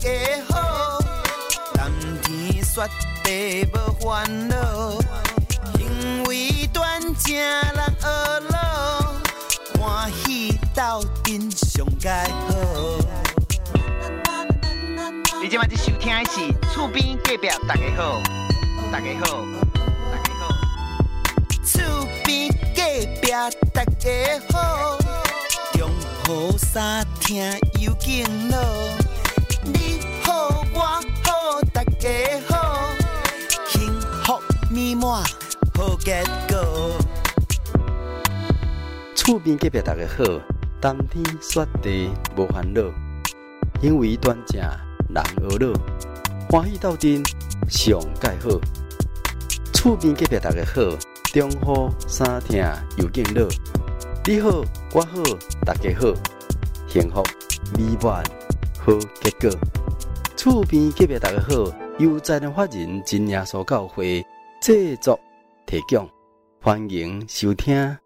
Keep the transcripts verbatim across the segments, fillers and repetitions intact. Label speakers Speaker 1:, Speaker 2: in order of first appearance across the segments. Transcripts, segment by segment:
Speaker 1: 家好，蓝天雪地无烦恼，行为端正人学老，欢喜斗阵上佳好。你今摆在收听的是厝边隔壁大家好，大家好，大家好，厝边隔壁大家好，中好三听有劲咯，你好我好大家好，幸福美满好结果。
Speaker 2: 厝边隔壁大家好，冬天雪地无烦恼，行为端正人学老，欢喜斗阵上介好。厝边隔壁大家好，中好三听有劲乐，你好我好大家好，幸福美满好结果。厝边隔壁大家好，由在人法人真耶稣教会制作提供，欢迎收听。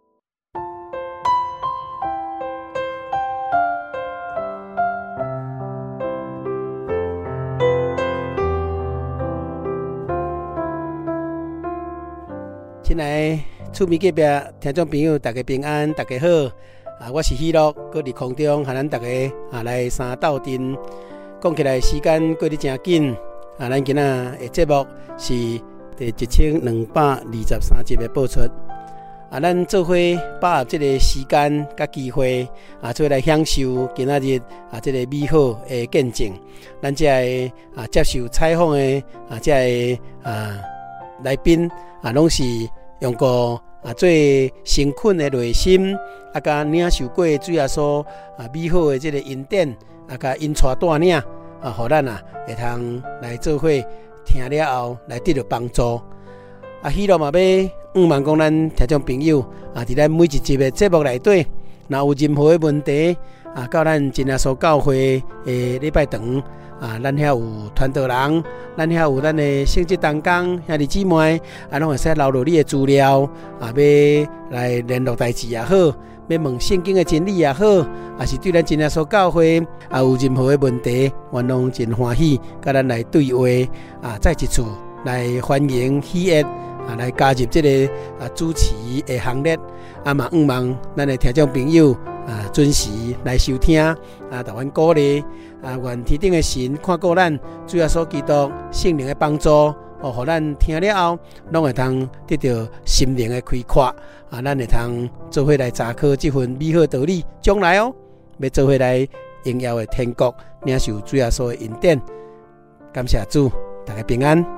Speaker 3: 亲爱的厝边隔壁听众朋友，大家平安，大家好啊！我是喜乐，搁伫空中和咱大家啊来三斗阵。讲起来时间过得真紧啊！咱今仔的节目是第一千两百二十三集的播出啊！咱做伙把握这个时间甲机会啊，做来享受今仔日啊这个美好的见证。咱这个啊接受采访的啊这个啊来宾啊，拢是用过啊最诚恳的内心，啊甲领受过主耶稣啊美好的这个恩典，啊甲因带带领啊，互咱啊会通来做伙听了后来得到帮助。啊，希望嘛要望讲咱听众朋友啊，伫咱每一集的节目内底，若有任何的问题啊，到咱真耶稣教会的礼拜堂啊，咱遐有传道人，咱遐有咱的圣职同工兄弟姊妹，啊，拢会使留落你的资料啊，要来联络代志也好，要问圣经的真理也好，啊是对咱真耶稣教会啊有任何的问题，我拢真欢喜，甲咱来对话啊，再一次来欢迎喜悦啊，来加入这个啊主持的行列，啊嘛希望咱的听众朋友啊准时来收听啊，台湾鼓励。啊，愿天顶的神看顾咱，主耶稣基督圣灵的帮助，哦，互咱听了后，拢会通得到心灵的开阔。啊，咱会通做伙来查考这份美好道理，将来哦，要做伙来荣耀的天国，领受主耶稣的恩典。感谢主，大家平安。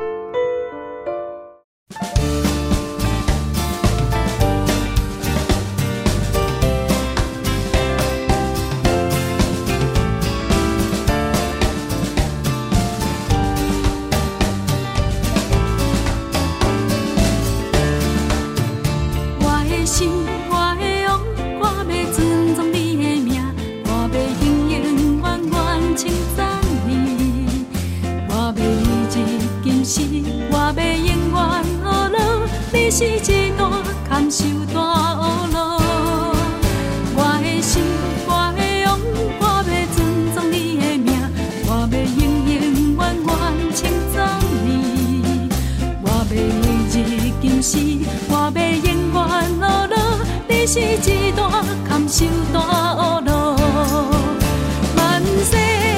Speaker 4: 是一段堪受大恶路，我的心，我的勇，我要尊重你的名，我要永永远远称赞你，我要日今时，我要永远乐乐，你是一段堪受大恶路，万世。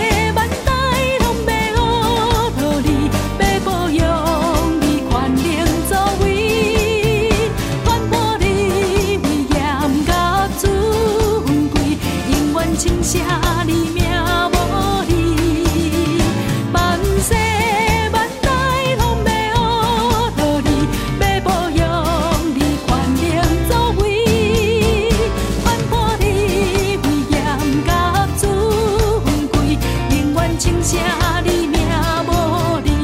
Speaker 4: 请写你名无离，万世万代拢要学道理，要保佑你权能作为，反叛你威严甲尊贵，永远请写你名无离。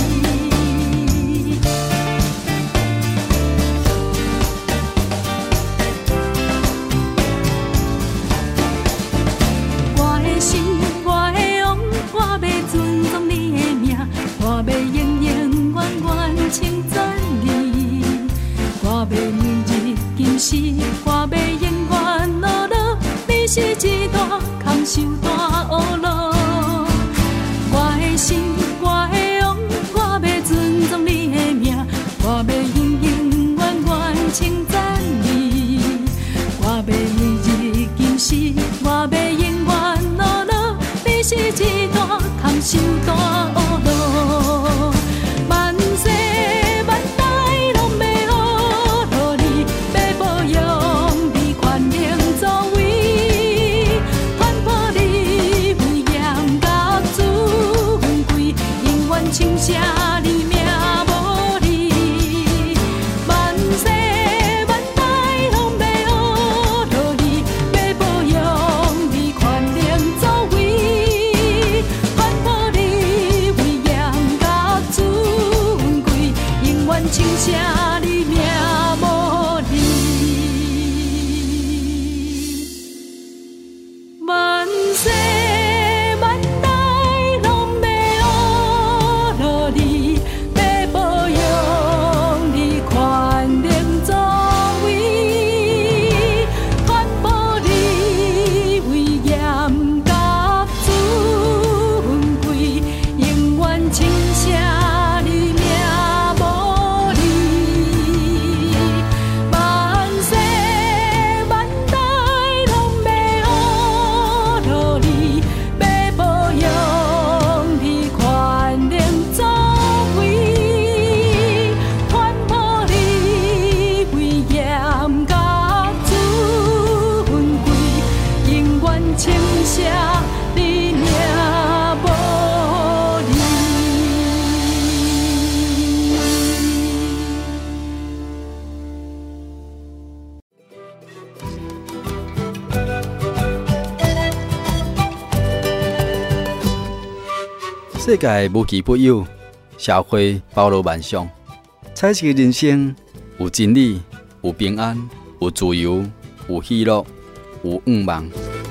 Speaker 4: 是我要永远乐乐，你是一段堪受大恶路。我下你命无离，万世万代拢要学落你，要保佑你权能作为，传播你威严甲尊贵，永远称谢你名无离，万世万代拢要学落你，要保佑你权能作为，传播你威严甲尊贵，永远称谢你名无离。
Speaker 2: 世界无奇不有，社会包罗万象，彩色的人生有真理，有平安，有自由，有喜乐，有愿望。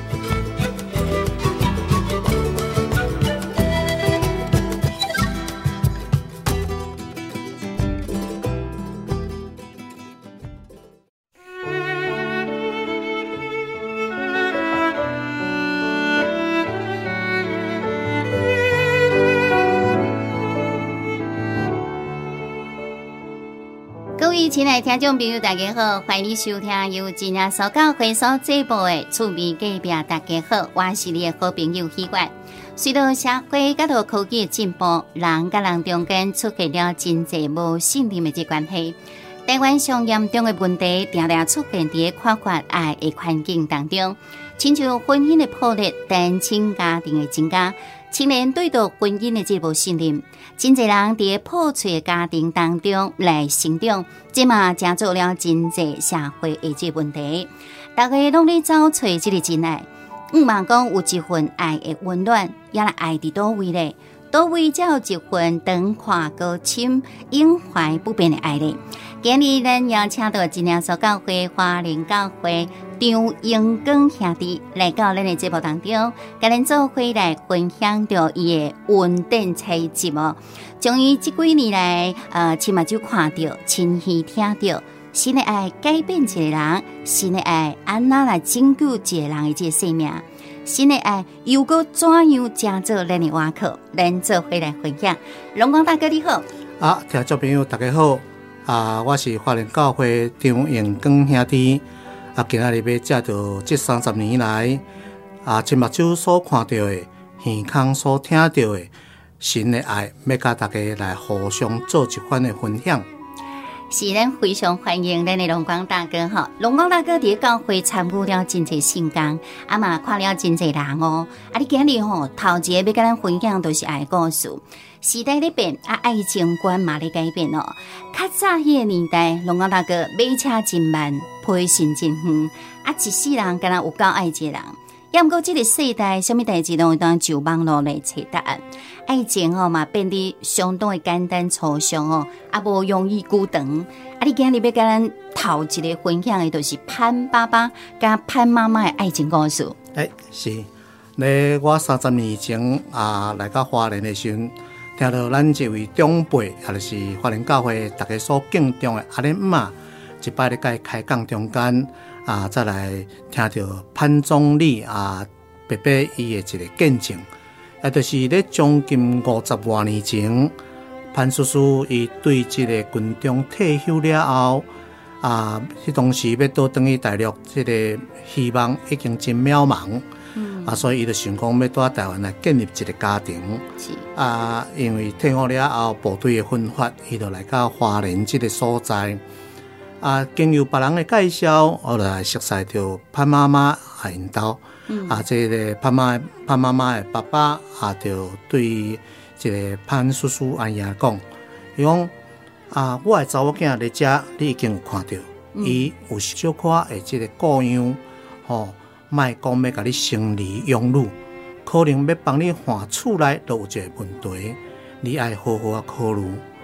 Speaker 5: 各位亲爱的听众朋友，大家好，欢迎你收听由真耶稣教会所制播的《厝边隔壁》。大家好，我是你的好朋友希月。随着社会甲到科技的进步，人甲人中间出现了真侪无信任的这关系。台湾上严重的问题，常常出现在缺乏爱的环境当中，亲像婚姻的破裂、单亲家庭的增加。青年对到婚姻的这无信任，真侪人伫破碎的家庭当中来成长，这嘛正做了真侪社会的这问题。大家拢咧找找这个真爱，毋茫讲有一份爱的温暖，也来爱伫倒位咧？倒位才有一份长阔高深、永怀不变的爱咧。今日咱邀请到真耶稣教会花莲教会张英光兄弟来到咱的节目当中，甲咱做伙来分享到伊的稳定采节目，将伊这几年来呃亲目睭看到、亲耳听到，神的爱改变一个人，神的爱安那来拯救一个人的这个生命，神的爱又搁怎样加做咱的瓦靠，咱做伙来分享。龙光大哥你好，
Speaker 6: 啊，听众朋友大家好，啊，我是花莲教会张英光兄弟。啊，今仔日要借着这三十年来，啊，亲目睭所看到的，耳孔所听到的，神的爱，要甲大家来互相做一番的分享。
Speaker 5: 是咱非常欢迎咱的龙光大哥哈，龙光大哥伫教会参与了真侪圣工，啊嘛看了真侪人哦。啊，你今日吼头一个要甲咱分享都是爱故事，时代咧变，啊爱情观嘛咧改变哦。较早迄个年代，龙光大哥买车真慢，陪信真远，啊一世人敢若有够爱一个人。要毋过这个世代，什么代志拢有当就网络来找答案。爱情哦嘛变得相当的简单粗俗哦，啊无容易久长。啊，你今日要甲咱头一个分享的，就是潘爸爸甲潘妈妈的爱情故事。
Speaker 6: 诶，是，咧我三十年前啊来到花莲的时阵，听到咱这位长辈，也就是花莲教会大家所敬重的阿莲妈，一摆咧甲伊开讲中间。啊，再来听到潘总理啊，伯伯伊的一个见证，也就是咧将近五十多年前，潘叔叔伊对这个军中退休了后，啊，迄当时要倒转去大陆，这个希望已经真渺茫，嗯、啊，所以伊就想讲要到台湾来建立一个家庭，啊，因为退伍了后部队的分发，伊就来到花莲这个所在。啊，经由别人的介绍，我来熟悉到潘妈妈啊因兜，嗯、啊，这个潘妈潘妈妈的爸爸啊，就对这个潘叔叔安爷讲，伊讲啊，我的查某囝在遮，你已经有看到，伊、嗯、有小可的这个顾样，吼，莫讲要甲你生儿养女，可能要帮你换厝内都有一个问题，你爱好好啊考虑。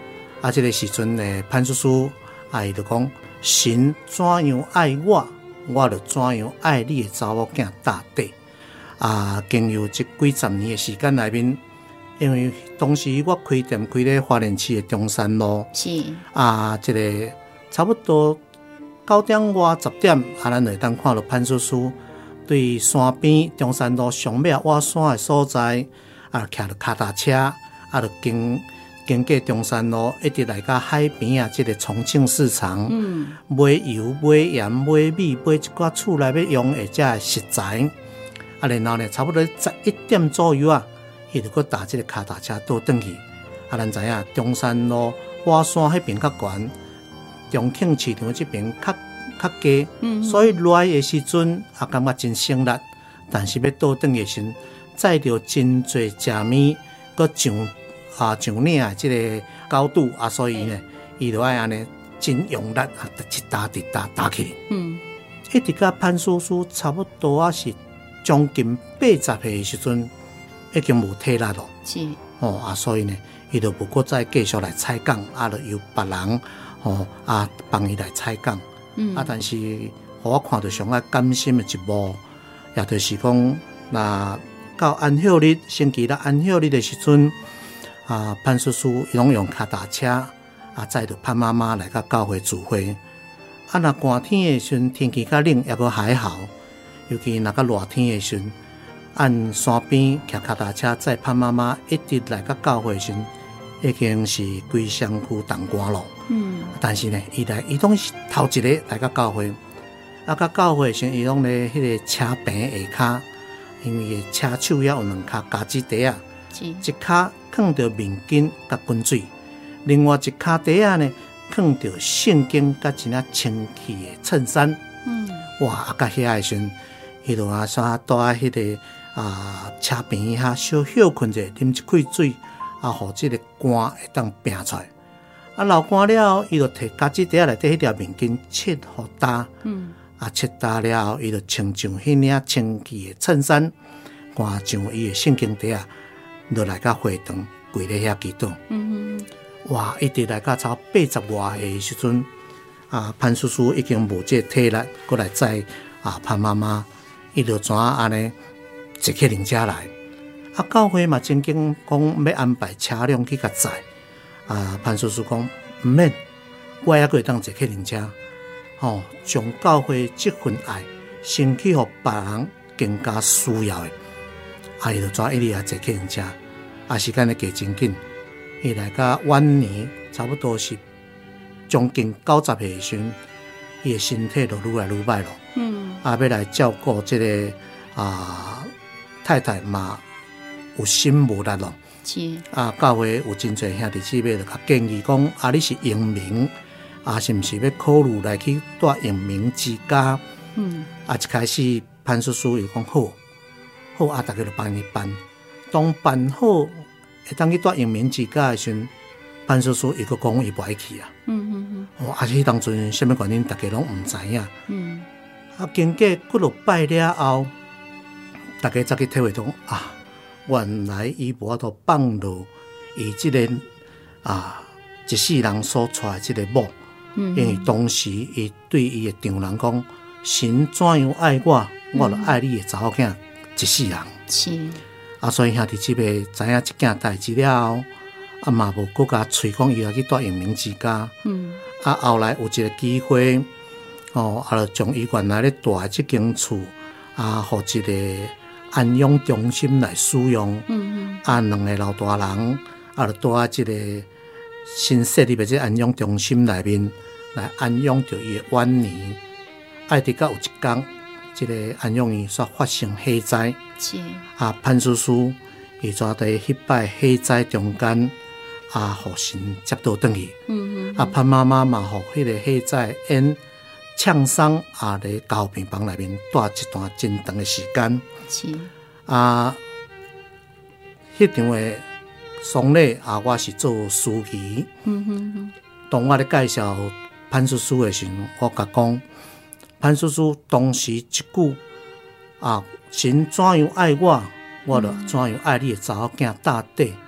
Speaker 6: 啊，这个时阵呢，潘叔叔啊，伊就讲神怎样爱我，我就怎样爱你的查某囝大弟。啊，经由这几十年的时间内面，因为当时我开店开咧花莲市的中山路，
Speaker 5: 是
Speaker 6: 啊，这个差不多九点外十点，啊，咱就会当看到潘叔叔对山边中山路上尾挖山的所在，啊，骑着脚踏车，啊，就经经过中山路，一直来到海边啊，这个重庆市场，嗯，买油、买盐、买米、买一寡厝内要用的这食材。啊，然后呢，差不多十一点左右啊，伊就搁搭这个脚踏车倒转去。啊，咱知影中山路挖山迄边较悬，重庆市场这边较较低，嗯、所以来的时阵也感觉真省力。但是要倒转的时阵，载着真侪食物，搁上啊上岭的这个高度啊，所以呢，伊就爱安尼真用力啊，一搭一搭搭起。嗯，一直到潘叔叔差不多啊是。将近八十岁的时阵，已经无体力了。
Speaker 5: 是
Speaker 6: 哦啊，所以呢，伊就无搁再继续来采岗，啊，就由别人哦啊帮伊来采岗。嗯啊，但是互我看到上爱甘心的一幕，也就是讲，那到安孝日星期六安孝日的时阵，啊潘叔叔伊拢用脚踏车啊载着潘妈妈来到教会聚会。啊，那寒天的时阵，天气较冷，也阁还好。尤其那个热天的时候，按山边骑脚踏车载潘妈妈一直来到教会时，已经是规双躯冻寒了。嗯，但是呢，伊来伊拢是头一个来到教会，啊，到教会时伊拢咧迄个车坪下骹，因为车手也有两骹夹子底啊，一骹放着面巾甲滚水，另外一骹底啊呢放着圣经甲一领清气的衬衫。嗯，哇，啊，到遐的时阵。伊就啊，啥住喺迄个啊车边遐小休困者，啉一块水，啊，互即个寒会当平出来。啊，流汗了，伊就摕夹子底内底迄条面巾切互干。嗯。啊，切干了后，伊就穿上迄领清气的衬衫，换上伊的圣经底啊，就来到会堂跪咧遐祈祷。嗯嗯。哇，一直来到超八十外岁的时阵，啊，潘叔叔已经无这体力，过来载啊潘妈妈。伊就怎安尼坐客人车来，啊，教会嘛曾经讲要安排车辆去甲载，啊，潘叔叔讲毋免，我也可以当坐客人车，吼、哦，将教会这份爱先去互别人更加需要的，啊，伊就怎一直也坐客人车，啊，时间咧过真紧，伊来到晚年差不多是将近九十岁的时阵，伊的身体就愈来愈歹咯。嗯，啊，要来照顾这个啊太太嘛，有心无力咯。是啊，教会有真侪兄弟姊妹就甲建议讲，啊，你是英明，啊，是毋是要考虑来去带英明之家？嗯，啊，一开始潘叔叔就讲好，好啊，大家就帮伊办。当办好，会当去带英明之家的时阵，潘叔叔伊个讲伊不爱去啊。嗯嗯嗯。哦，啊，是当阵什么原因，大家拢毋知影。嗯。啊，经过几落摆了后，大家才去体会到啊，原来伊无法度放落伊即个啊一世人所带的即个某，嗯、因为当时伊对伊的丈人讲，神怎样爱我，我就爱你的查某囝一世人。是啊，所以兄弟姊妹知影即件代志了后，啊嘛无搁甲催讲伊要去带英明之家。嗯，啊后来有一个机会。哦，啊，就将伊原来咧住的即间厝啊，互一个安养中心来使用。嗯嗯。啊，两个老大人啊，就住喺即个新设立的即安养中心内面来安养着伊的晚年。啊，直到有一天，即、这个安养院煞发生火灾。是。啊，潘叔叔伊就伫迄摆火灾中间啊，互神接倒转去。嗯嗯。啊，潘妈妈嘛，互迄个火灾因。呛伤啊！咧交病房内面住一段真长的时间。是啊，迄场的丧礼啊，我是做司仪。嗯哼哼。当我咧介绍潘叔叔的时候，我甲讲，潘叔叔当时一句啊，神怎样爱我，我就怎样爱你的查某囝大弟。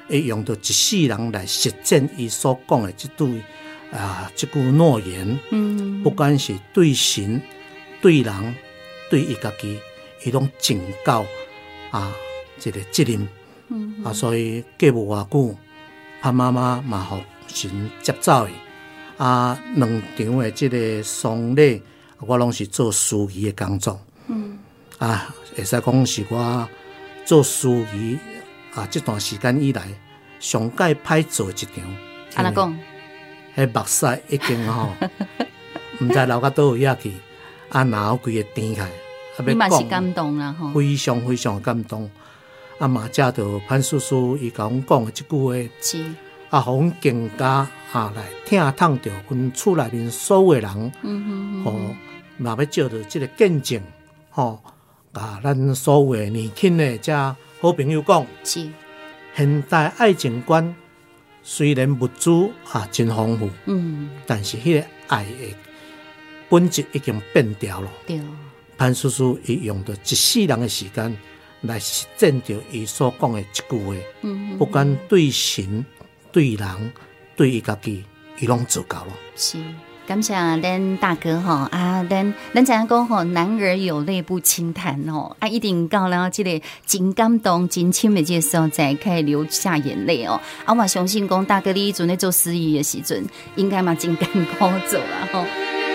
Speaker 6: 会用到一世人来实践伊所讲的这对啊这句诺言。嗯，不管是对神、对人、对伊家己，伊拢尽到啊这个责任。嗯啊，所以过无偌久，潘妈妈嘛互神接走伊。啊，两场的这个丧礼，我拢是做司仪的工作。嗯啊，会使讲是我做司仪啊，这段时间以来上界歹做一场。
Speaker 5: 安怎讲？
Speaker 6: 迄目屎已经吼，毋知流到倒位遐去，啊，然后规个甜起来。
Speaker 5: 你嘛是感动啦吼，
Speaker 6: 非常非常感动。啊，嘛借着潘叔叔伊甲阮讲的即句话，
Speaker 5: 是
Speaker 6: 啊，互阮更加啊来听透着阮厝内面所有的人，嗯嗯吼，嘛要照着即个见证，吼，啊，咱所有的年轻的遮好朋友讲，
Speaker 5: 是
Speaker 6: 现代爱情观虽然物资啊真丰富，嗯，但是迄个爱的本质已经变掉了。
Speaker 5: 对，
Speaker 6: 潘叔叔伊用着一世人的时间来实践着伊所讲的一句话，嗯，不管对神、对人、对伊家己，伊拢做到了。
Speaker 5: 是，感谢咱大哥吼啊，咱咱知影讲吼，男儿有泪不轻弹吼，啊，一定到了这个真感动、真深的这个所在，可以流下眼泪哦。啊，我相信讲大哥你迄阵咧做司仪的时阵，应该嘛真艰苦做啦吼。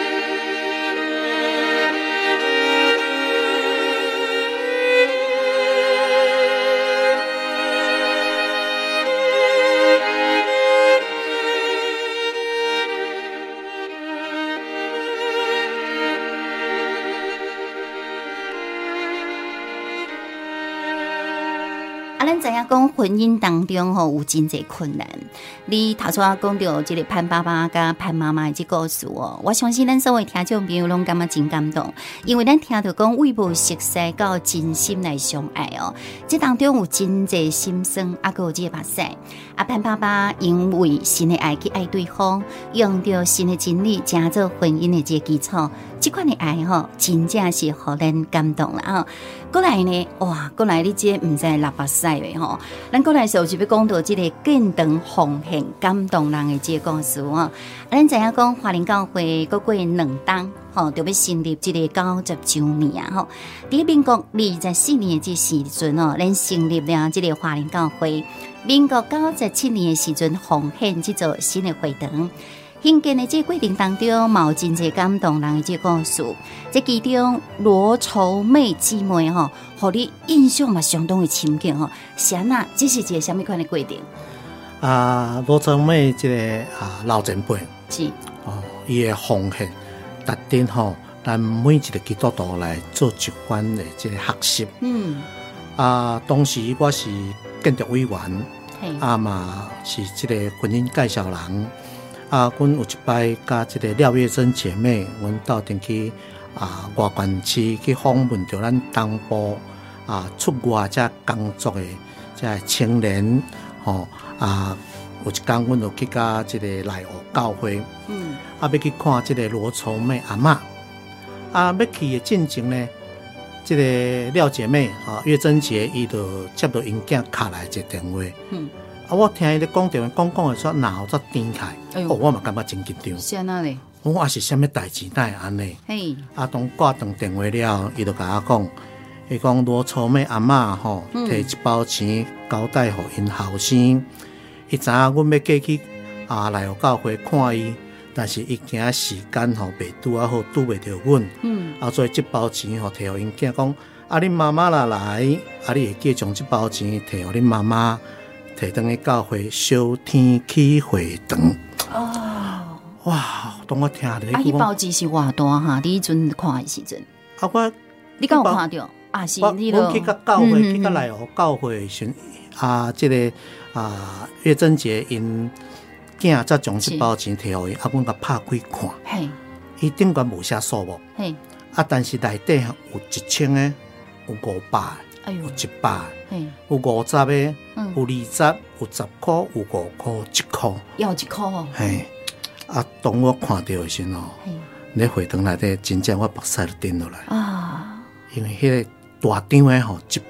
Speaker 5: 咱知影讲婚姻当中吼有真侪困难，你头先讲到即个潘爸爸甲潘妈妈的这故事哦，我相信咱所有听众朋友拢感觉真感动，因为咱听到讲为无熟悉到真心来相爱哦，这当中有真侪心酸，啊，还有这个目屎。啊，潘爸爸因为神的爱去爱对方，用到神的真理加做婚姻的这个基础，这款的爱吼，真正是互咱感动啦吼。过来呢，哇，过来你这唔知六八岁的吼，咱过来的时候就要讲到这个见长奉献感动人的这个故事哦。咱知影讲华林教会过过两档吼，就要成立这个九十周年啊吼。伫民国二十四年的这时阵哦，咱成立了这个华林教会。民国九十七年的时阵，奉献这座新的会堂。兴建的这过程当中，嘛有真侪感动人的这故事。这其中罗愁妹姊妹吼，互你印象嘛相当的深刻吼。是安那，这是一个什么款的过程？
Speaker 6: 啊，罗愁妹这个啊老前辈
Speaker 5: 是
Speaker 6: 哦，伊的奉献，特定吼，咱每一个基督徒来做一款的这个学习。嗯。啊，当时我是建筑委员，啊嘛是这个婚姻介绍人。啊，阮有一摆甲即个廖月珍姐妹，阮到阵去啊外县市去访问着咱东部啊出外遮工作的遮青年，吼、哦、啊有一天阮就去甲即个内湖教会，嗯，啊要去看即个罗愁妹阿嬷，啊要去的进前呢，即、這个廖姐妹啊月珍姐伊就接到因囝敲来一个电话，嗯。啊！我听伊咧讲电话，讲讲的说，然后才点开，哎、哦，我嘛感觉真紧张。
Speaker 5: 是安那咧？
Speaker 6: 我也是啥物代志，哪会安尼？嘿！啊，当挂断电话了，伊就甲我讲，伊讲罗愁妹阿嬷吼，摕、嗯、一包钱交代互因后生。伊知影阮要过去啊来教会看伊，但是伊惊时间吼袂拄啊好，拄袂着阮。嗯。啊，所以这包钱吼摕互因囝讲，啊，恁妈妈若来，啊，你会记将这包钱摕互恁妈妈。提灯去教会烧天启会堂哦，哇！当我听到，
Speaker 5: 啊，伊包钱是偌大哈？你迄阵看的时阵，
Speaker 6: 啊，我
Speaker 5: 你敢有看到？啊，是你咯？
Speaker 6: 我去甲教会，嗯、去甲内湖教会时，啊，即、這個啊月珍姐因囝才將即包錢摕互伊，啊，阮甲拍開看，嘿，伊頂懸無寫數目，嘿，啊，但是內底有一千個，有五百。有一百，有五十的，有二十，有十塊，有五塊，一塊，
Speaker 5: 要一塊哦。
Speaker 6: 嘿，啊，當我看到的時候，你會堂內底真正我目屎就掉落來啊！因為迄個大張的吼，一百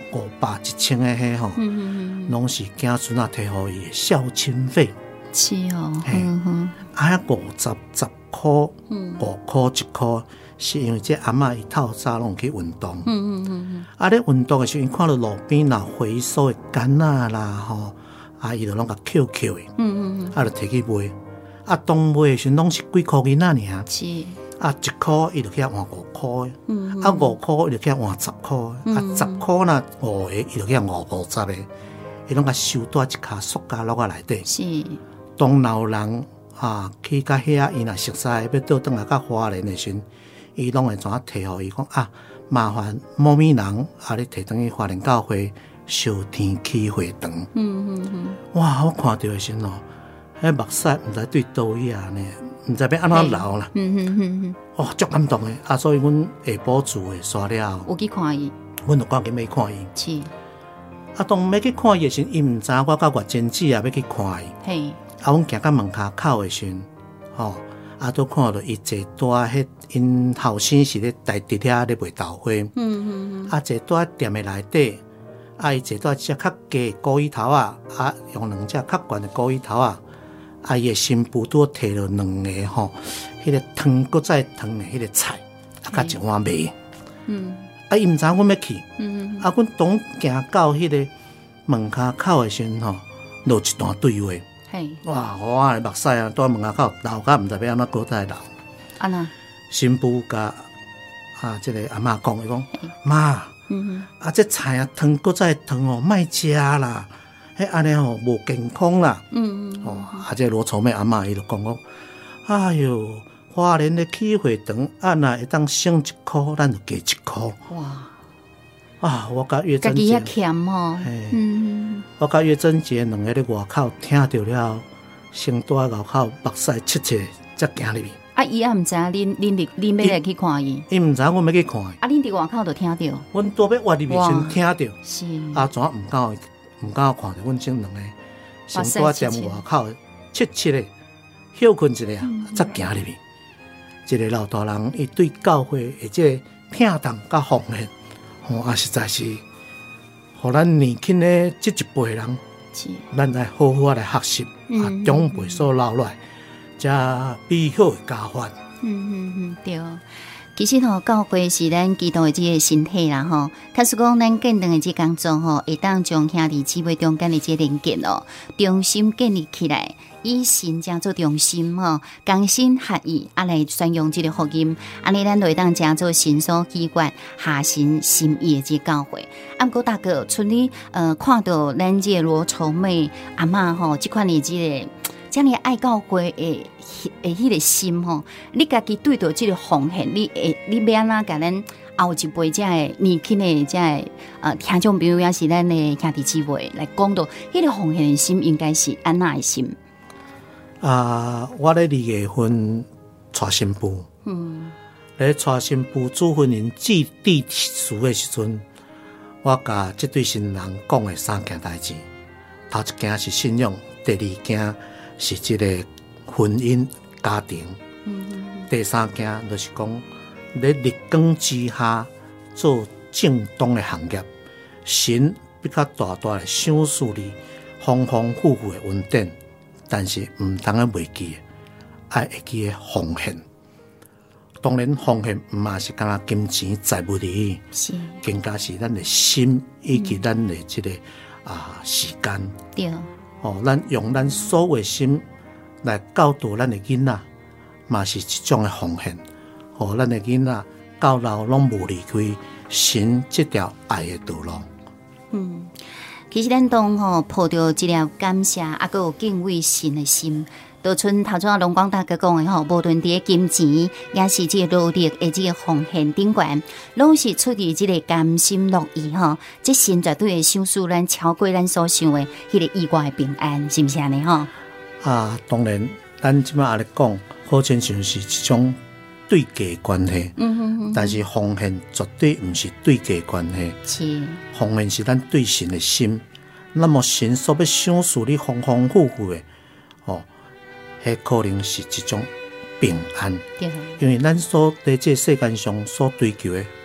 Speaker 6: 五百一千的迄吼，拢是囝孙仔摕互伊的孝亲费。
Speaker 5: 是哦，
Speaker 6: 嘿
Speaker 5: 嗯哼，
Speaker 6: 啊，五十十箍，五箍一箍，是因为这阿嬷伊透早拢去运动。
Speaker 5: 嗯嗯嗯
Speaker 6: 啊，咧运动的时候，因看到路边若回收的干仔啦，吼，啊，伊就拢甲捡捡的，
Speaker 5: 嗯嗯
Speaker 6: 啊，就摕去卖。啊，当卖的时候拢是几箍银仔尔，
Speaker 5: 是，
Speaker 6: 啊，一箍伊就去换五箍的，
Speaker 5: 嗯
Speaker 6: 啊，五箍伊就去换十箍的，啊，十箍若五个伊就去换五五十个，伊拢甲收在一卡塑胶袋内底。
Speaker 5: 是，
Speaker 6: 当老人啊去到遐，伊若熟悉要倒转来到花莲的时阵，伊拢会怎啊摕互伊讲啊，麻烦某某人啊，你摕转去花莲教会烧天起会堂。
Speaker 5: 嗯嗯嗯，
Speaker 6: 哇！我看到的时候，迄目屎毋知对倒去啊呢，毋知要安怎流啦。
Speaker 5: 嗯嗯嗯嗯，
Speaker 6: 哦，足感动的啊！所以阮下晡住的刷了后，
Speaker 5: 有去看伊，
Speaker 6: 阮就赶紧要看伊。
Speaker 5: 是，
Speaker 6: 啊，当要去看伊的时候，伊毋知我甲月真子也要去看伊。
Speaker 5: 嘿，
Speaker 6: 啊，阮行到门骹口的时阵，吼、啊，都看到伊坐伫迄因后生是咧台伫遐咧卖豆花。
Speaker 5: 嗯嗯
Speaker 6: 啊，坐伫店的内底，啊，伊坐伫一只较低的高椅头啊，啊，用两只较悬的高椅头啊，啊，伊的新妇拄摕了两个吼，迄、那个汤搁再汤的迄个菜，啊，甲一碗糜。
Speaker 5: 嗯
Speaker 6: 啊，伊毋知阮要去，
Speaker 5: 嗯嗯，
Speaker 6: 啊，阮当行到迄个门骹口的时阵吼，落一段对话。
Speaker 5: 嘿，
Speaker 6: 哇！我啊目屎啊，在门口口流甲，毋知要安怎搁再流。
Speaker 5: 安那，
Speaker 6: 新妇甲啊，即、這個阿嬷講，伊講媽，
Speaker 5: 嗯
Speaker 6: 啊，這菜啊湯搁再湯哦，莫食啦，迄安尼吼無健康啦。
Speaker 5: 嗯嗯，
Speaker 6: 哦，啊，這羅草妹阿嬷伊就講講，哎喲，花蓮的起會堂啊，若會當省一箍，咱就加一箍。
Speaker 5: 哇，
Speaker 6: 啊，我甲月珍
Speaker 5: 家己遐
Speaker 6: 姐，
Speaker 5: 欠吼，
Speaker 6: 嘿
Speaker 5: 嗯，
Speaker 6: 我甲月珍姐兩個伫外口聽到了，先在外口目屎切切，才行入去。
Speaker 5: 啊，伊也毋知影恁恁伫恁要来去看伊，
Speaker 6: 伊毋知阮要去看伊，
Speaker 5: 啊，恁伫外口就聽到，
Speaker 6: 阮拄要活入去先聽到，
Speaker 5: 是，
Speaker 6: 啊，怎毋敢毋敢看着阮整兩個，先拄在店外口切切的休困一下，才行入去。一個老大人，伊對教會的即個聽重甲奉獻，吼、啊，實在是，互咱年輕的即一輩人，
Speaker 5: 是，
Speaker 6: 咱來好好來學習，啊，
Speaker 5: 嗯
Speaker 6: 長輩所留落來，遮美好的家法。
Speaker 5: 嗯嗯嗯，对。其實吼，教會是咱基督的即個身體啦吼。假使講咱建堂的即工作吼，會當將兄弟姊妹中間的即個連結哦，重新建立起來，以神正做中心吼，同心合意啊來宣揚即個福音，安尼咱就會當正做神所喜悅、合神心意的即個教會。啊，毋過大哥，像你呃看到咱即個羅愁妹阿嬷吼，即款的即個。將你愛教會誒誒迄個心吼，你家己對到即個奉獻，你誒你要安怎甲咱後一輩遮個年輕的遮個呃聽眾朋友，也是咱的兄弟姊妹來講到，迄個奉獻的心應該是安那的心？
Speaker 6: 啊，我咧二月份娶新婦，
Speaker 5: 嗯，
Speaker 6: 咧娶新婦主婚姻祭地事的時陣，我甲即對新人講的三件代志，頭一件是信仰，第二件是即個婚姻家庭，
Speaker 5: 嗯，
Speaker 6: 第三件就是講咧日光之下做正當的行業，神比較大大的賞賜你豐豐富富的恩典，但是唔通嘅袂記，愛會記嘅奉獻。當然奉獻唔係是干金錢財物而
Speaker 5: 是，
Speaker 6: 更加是咱的心以及咱的即、這個、啊時間。
Speaker 5: 對，
Speaker 6: 哦，咱用咱所有的心來教導咱的囡仔，嘛是一種的奉獻。哦，咱的囡仔到老攏無離開神這條愛的道路。
Speaker 5: 嗯，其實咱當吼抱着即條感謝，啊，閣有敬畏神的心。就像頭先龍光大哥講的吼，無論佇個金錢，也是即個努力的即個奉獻頂懸，攏是出於即個甘心樂意吼。即神絕對會賞賜咱超過咱所想的迄個意外的平安，是毋是安尼吼？
Speaker 6: 啊，當然，咱即擺阿咧講，好親像是一種對價的關係。
Speaker 5: 嗯哼哼，
Speaker 6: 但是奉獻絕對毋是對價的關係，
Speaker 5: 是，
Speaker 6: 奉獻是咱對神的心。那麼神所要賞賜你豐豐富富的，哦。迄可能是一種平安，
Speaker 5: 對，
Speaker 6: 因為咱所在這世間上所追求的，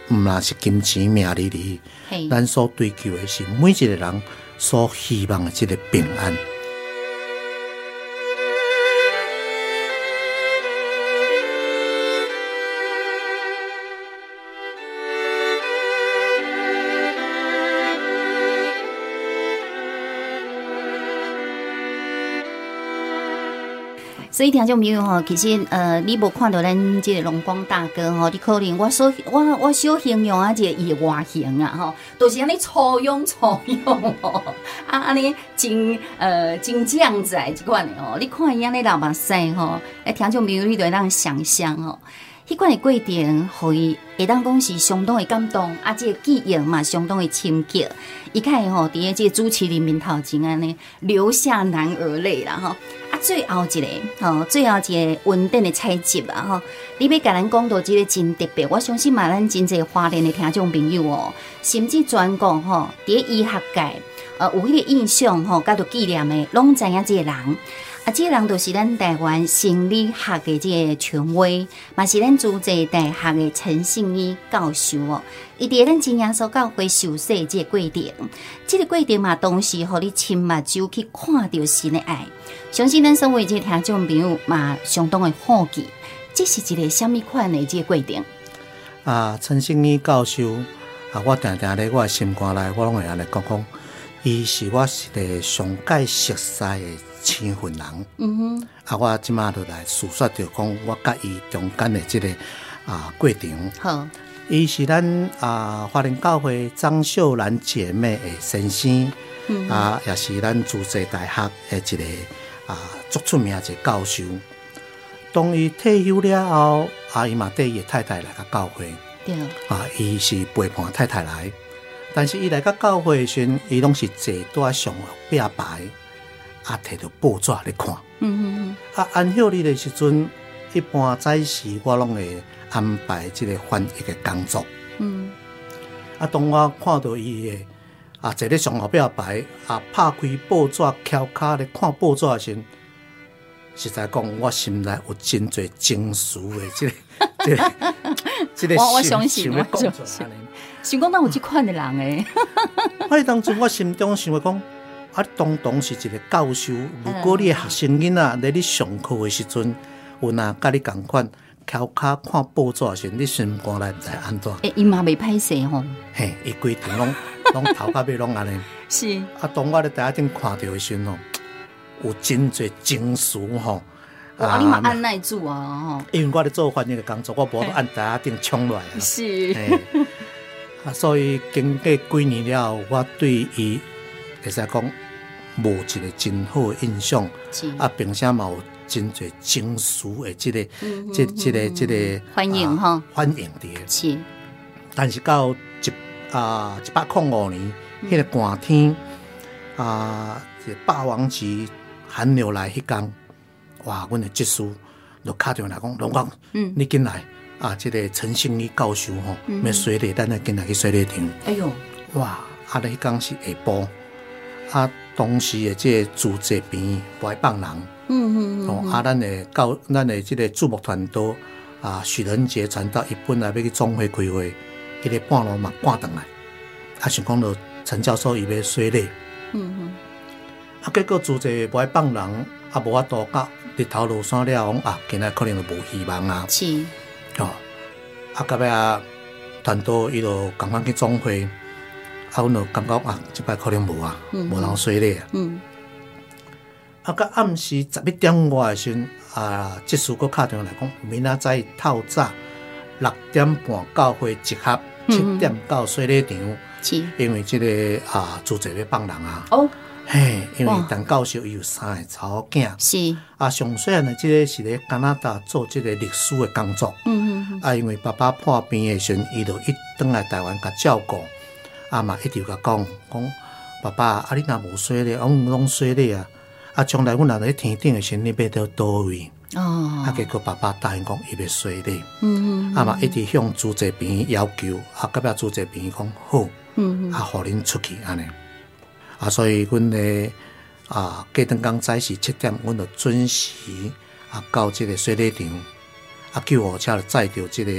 Speaker 6: 毋若是金钱名利利，咱所追求的是每一个人所希望的这个平安。
Speaker 5: 所以听众朋友吼，其实呃，你无看到咱这个龙光大哥吼，你可能我所我我小形容啊，这个伊的外形啊吼，都、就是安尼粗勇粗勇吼，啊安尼真呃真将仔这款的哦。你看伊安尼流目屎吼，诶，听众朋友你就会当想象吼，迄款的过程，互伊会当讲是相当的感动，啊，这个记忆嘛相当的深刻。伊开始吼，伫个这个主持人面头前安尼流下男儿泪啦吼。啊，最后一个吼，最后一个稳定的采集啊吼，你要甲咱讲到这个真特别，我相信嘛，咱真侪华人的听众朋友哦，甚至全国吼，伫个医学界呃有迄个印象吼，甲着纪念的，拢知影这个人。啊，这个人就是咱台湾心理学的这个权威，嘛是咱主治大学的陈信义教授哦。伊伫咱真耶稣教会受洗这个过程，这个过程嘛，当时互你亲目睭去看到神的爱。相信咱所有这听众朋友嘛，相当的好奇，这是一个什么款的这个过程？
Speaker 6: 啊，陈信义教授啊，我定定咧我的心肝内，我拢会安尼讲讲，伊是我是个上界熟悉的青云人。嗯哼。啊，我即马就来述说着讲，我甲伊中间的这个啊过程。好。伊是咱啊华人教会张秀兰姐妹的先生，嗯、啊，也是咱主治大学的一个啊足出名的一个教授。当伊退休了后，啊，伊嘛带伊的太太来到教会。对。啊，伊是陪伴太太来，但是伊来到教会的时阵，伊拢是坐在上壁牌，啊，摕着报纸咧看。嗯嗯嗯。啊，安歇日的时阵，一般早时我拢会安排这个翻译的工作。嗯。啊，当我看到伊的啊坐咧上后壁牌，啊拍开报纸，翘脚咧看报纸的时阵，实在讲，我心内有真侪情绪的这个、这个、这个
Speaker 5: 我我相信，我相信。想讲，咱有这款的人诶。
Speaker 6: 迄当初我心中想讲，啊，当当是一个教授，如果你的学生囡仔在你上课的时阵，有哪甲你共款翘脚看报纸的时阵，你心肝内在安怎？
Speaker 5: 诶，伊嘛袂歹势吼。
Speaker 6: 嘿，伊规定拢拢头到尾拢安尼。是。啊，当我咧第一顶看到的时阵吼。有真侪情绪吼，
Speaker 5: 啊，你嘛按耐住啊吼，
Speaker 6: 因为我咧做翻译的工作，我无按台顶冲落来啊。是，啊，所以经过几年了后，我对伊会使讲无一个真好的印象，啊，并且嘛有真侪情绪的这个、这、这个、这个
Speaker 5: 欢迎哈，
Speaker 6: 欢迎的。是，但是到一啊一八零五年迄个寒天啊，这霸王级。寒流来迄天，哇！阮的技师就敲电话来讲，龙光，嗯，你进来啊！这个陈信义教授吼，要洗礼，咱来进来去洗礼场。哎呦，哇！啊，咧迄天是下晡，啊，当时的这个主治边不爱放人，嗯嗯嗯，啊，咱的教，咱的这个注目团队啊，许仁杰传道，伊本来要去总会开会，伊个半路嘛赶转来，啊，想讲到陈教授伊要洗礼，嗯嗯。啊，结果主治无爱放人，啊无法度到日头落山了，讲啊，今仔可能就无希望啊。是。哦，啊，到尾啊，团队伊就赶快去总会，啊，阮就感觉啊，即摆可能无啊，无、嗯、人洗礼啊。嗯。啊，到暗时十一點外的时阵，啊，技師佫敲電話來講，明仔載透早六點半教會集合，七點到洗禮場。是。因為即、這個啊，主治要放人啊。哦。嘿，因为陈教授有三个查某囝，是啊，上细汉的即个是咧加拿大做即个历史的工作，嗯嗯啊，因为爸爸破病的时阵，伊就一转来台湾甲照顾，啊嘛一直甲讲讲，爸爸啊，你若无洗礼，我拢洗礼啊，啊，将来阮若咧天顶的时阵，你要到倒位？哦，啊，结果爸爸答应讲伊要洗礼，嗯嗯，啊嘛一直向主治病要求，啊，隔壁主治病讲好，嗯嗯，啊，互恁出去安尼。啊，所以阮的啊，过顿工早时七点，阮就准时啊到这个洗礼场，啊救护车就载着这个